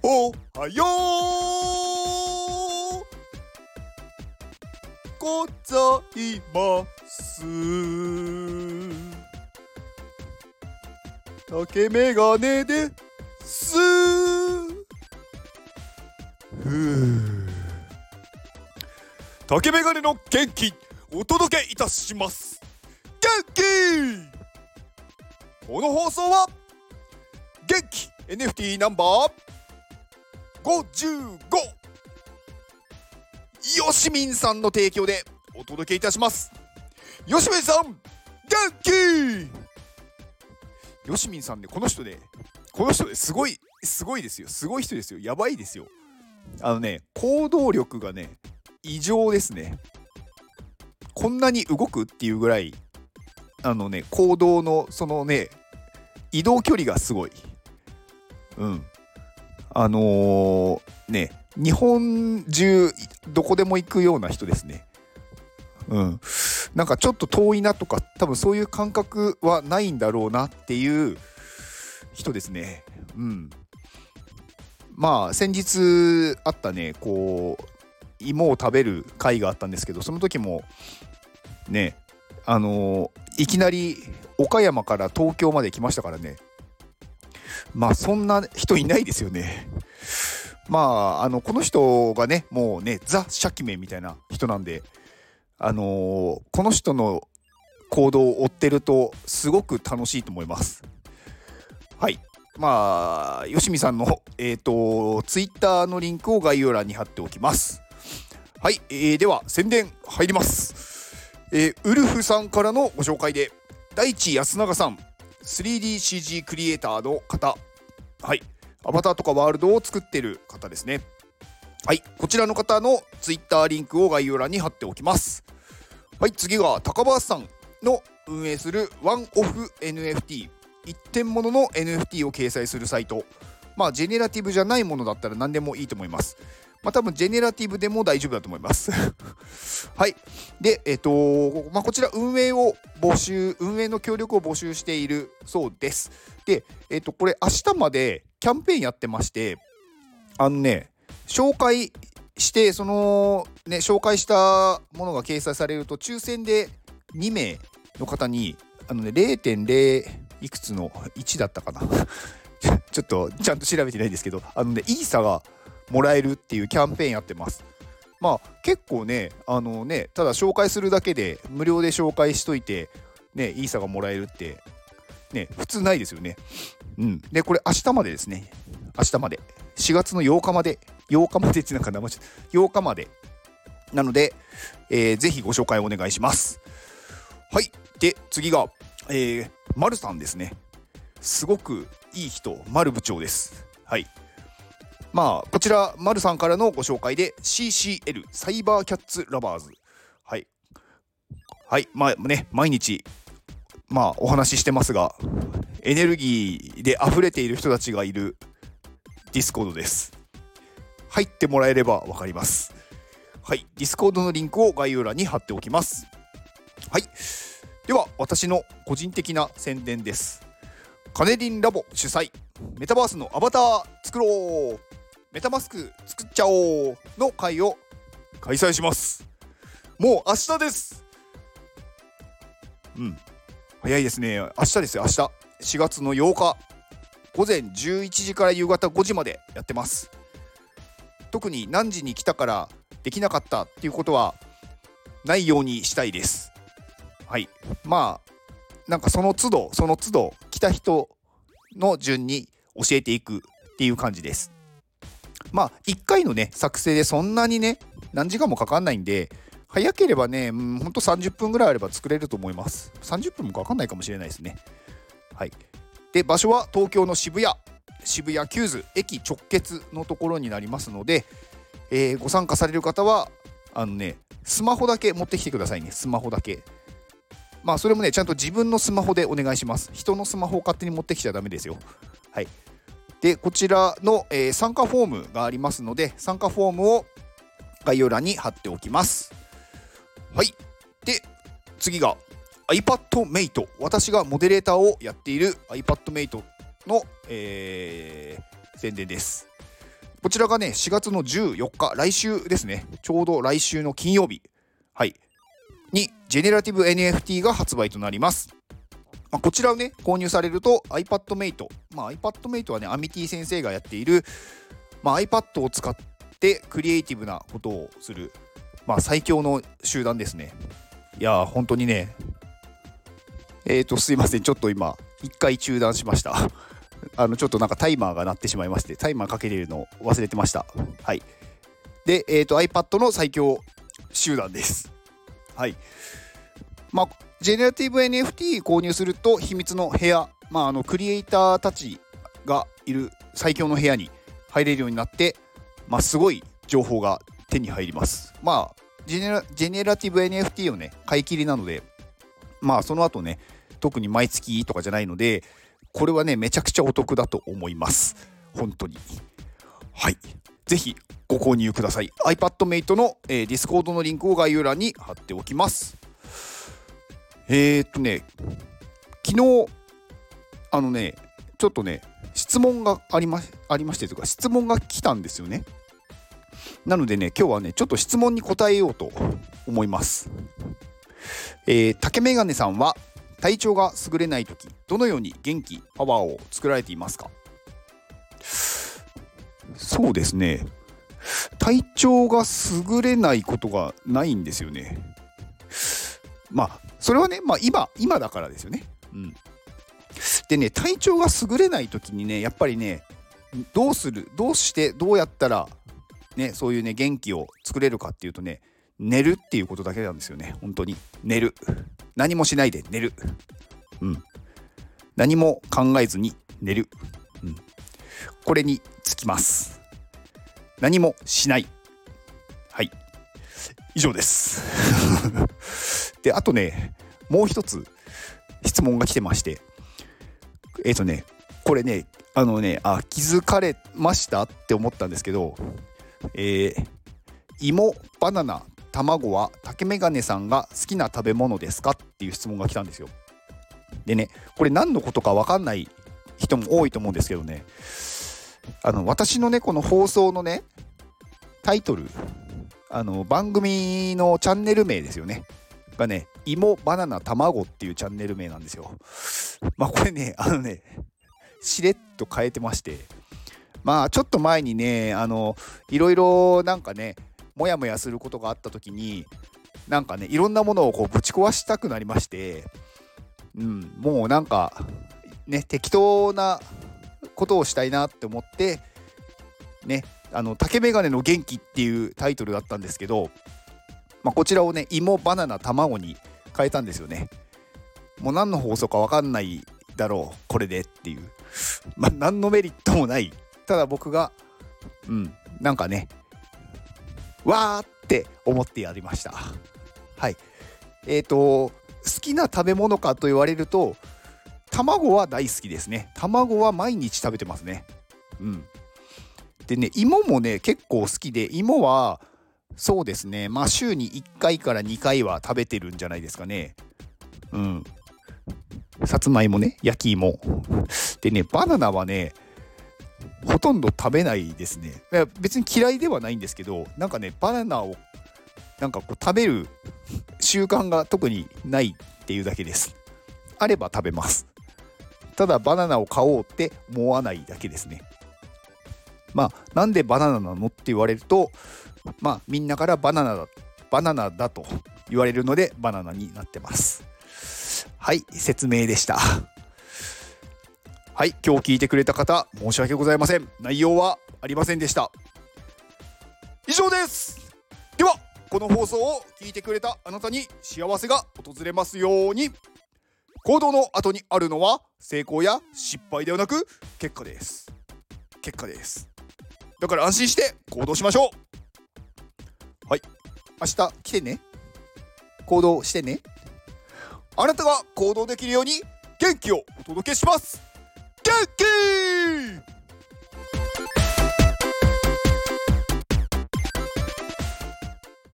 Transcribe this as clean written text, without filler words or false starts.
おはようございます。竹メガネです。竹メガネの元気お届けいたします。元気。この放送は元気 NFT ナンバー55よしみんさんの提供でお届けいたします。よしみんさん元気。よしみんさんね、この人ですごいですよ。すごい人ですよ。やばいですよ。行動力がね異常ですね。こんなに動くっていうぐらい行動のそのね移動距離がすごい。日本中どこでも行くような人ですね。なんかちょっと遠いなとか多分そういう感覚はないんだろうなっていう人ですね。まあ先日あったね芋を食べる会があったんですけど、その時もねいきなり岡山から東京まで来ましたからね。まあそんな人いないですよね。まあこの人がねもうねザ・シャキメンみたいな人なんで、この人の行動を追ってるとすごく楽しいと思います。はい。まあよしみさんのツイッターのリンクを概要欄に貼っておきます。はい、では宣伝入ります。ウルフさんからのご紹介で、大地安永さん 3DCG クリエイターの方、はい、アバターとかワールドを作ってる方ですね。はい、こちらの方のツイッターリンクを概要欄に貼っておきます。はい、次が高橋さんの運営するワンオフ NFT、 一点物の NFT を掲載するサイト。まあジェネラティブじゃないものだったら何でもいいと思います。まあ多分ジェネラティブでも大丈夫だと思いますはい。でこちら運営の協力を募集しているそうです。でこれ明日までキャンペーンやってまして、紹介して紹介したものが掲載されると抽選で2名の方に0.0 いくつの1だったかなちょっとちゃんと調べてないんですけど、イーサがもらえるっていうキャンペーンやってます。まあ結構ねただ紹介するだけで無料で紹介しといてねイーサがもらえるってね普通ないですよね。でこれ明日までですね。明日まで4月の8日までってなんか生8日までなので、ぜひご紹介お願いします。はい。で次が丸さんですね。すごくいい人、丸部長です。はい。まあこちら丸さんからのご紹介で CCL サイバーキャッツラバーズ、はいまあね毎日お話ししてますが、エネルギーで溢れている人たちがいるディスコードです。入ってもらえればわかります。はい、ディスコードのリンクを概要欄に貼っておきます。はい。では私の個人的な宣伝です。カネリンラボ主催メタバースのアバター作ろう、メタマスク作っちゃおうの会を開催します。もう明日です。早いですね。明日ですよ。明日4月の8日午前11時から夕方5時までやってます。特に何時に来たからできなかったっていうことはないようにしたいです。はい。まあなんかその都度来た人の順に教えていくっていう感じです。まあ1回のね作成でそんなにね何時間もかかんないんで、早ければねほんと30分ぐらいあれば作れると思います。30分もかかんないかもしれないですね。はい。で場所は東京の渋谷キューズ駅直結のところになりますので、ご参加される方はスマホだけ持ってきてくださいね。スマホだけ。まあそれもねちゃんと自分のスマホでお願いします。人のスマホを勝手に持ってきちゃダメですよ。はい。でこちらの、参加フォームがありますので、参加フォームを概要欄に貼っておきます。はい。で次が iPadMate、 私がモデレーターをやっている iPadMate の、宣伝です。 こちらがね4月の14日、来週ですね、ちょうど来週の金曜日、はい、にジェネラティブ NFT が発売となります。こちらをね購入されると iPadMate、iPadMate はねアミティ先生がやっている、iPad を使ってクリエイティブなことをする、最強の集団ですね。いやー本当にね、すいません、ちょっと今一回中断しました。ちょっとなんかタイマーが鳴ってしまいまして、タイマーかけれるのを忘れてました。はい。で、iPad の最強集団です。はい。ジェネラティブ NFT 購入すると秘密の部屋、クリエイターたちがいる最強の部屋に入れるようになって、すごい情報が手に入ります。ジェネラティブ NFT をね買い切りなので、その後ね特に毎月とかじゃないので、これはねめちゃくちゃお得だと思います。本当に。はい。ぜひご購入ください。iPadMate の、Discord のリンクを概要欄に貼っておきます。昨日ちょっとね質問がありましてというか、質問が来たんですよね。なのでね今日はねちょっと質問に答えようと思います。竹メガネさんは体調が優れないとき、どのように元気パワーを作られていますか？そうですね、体調が優れないことがないんですよね。それはね、今だからですよね。でね、体調が優れない時にね、やっぱりね、どうやったらね、そういうね元気を作れるかっていうとね、寝るっていうことだけなんですよね。本当に寝る。何もしないで寝る。何も考えずに寝る。これにつきます。何もしない。はい。以上です。で、あとね、もう一つ質問が来てまして、これね、気づかれましたって思ったんですけど、芋、バナナ、卵は竹メガネさんが好きな食べ物ですかっていう質問が来たんですよ。でね、これ何のことか分かんない人も多いと思うんですけどね、私のねこの放送のねタイトル、番組のチャンネル名ですよねがね、芋バナナ卵っていうチャンネル名なんですよ。これねしれっと変えてまして、ちょっと前にねいろいろなんかねモヤモヤすることがあった時に、なんかねいろんなものをこうぶち壊したくなりまして、もうなんかね適当なことをしたいなって思ってね、竹メガネの元気っていうタイトルだったんですけど、こちらをね芋バナナ卵に変えたんですよね。もう何の放送か分かんないだろうこれでっていう、何のメリットもない、ただ僕がなんかねわーって思ってやりました。はい。好きな食べ物かと言われると、卵は大好きですね。卵は毎日食べてますね。でね、芋もね結構好きで、芋はそうですね、週に1回から2回は食べてるんじゃないですかね。さつまいもね、焼き芋でね、バナナはねほとんど食べないですね。別に嫌いではないんですけど、なんかねバナナをなんかこう食べる習慣が特にないっていうだけです。あれば食べます。ただバナナを買おうって思わないだけですね。なんでバナナなのって言われると、みんなからバナナだと言われるのでバナナになってます。はい、説明でした。はい、今日聞いてくれた方申し訳ございません。内容はありませんでした。以上です。ではこの放送を聞いてくれたあなたに幸せが訪れますように。行動の後にあるのは成功や失敗ではなく結果です。だから安心して行動しましょう。はい、明日来てね。行動してね。あなたが行動できるように元気をお届けします。元気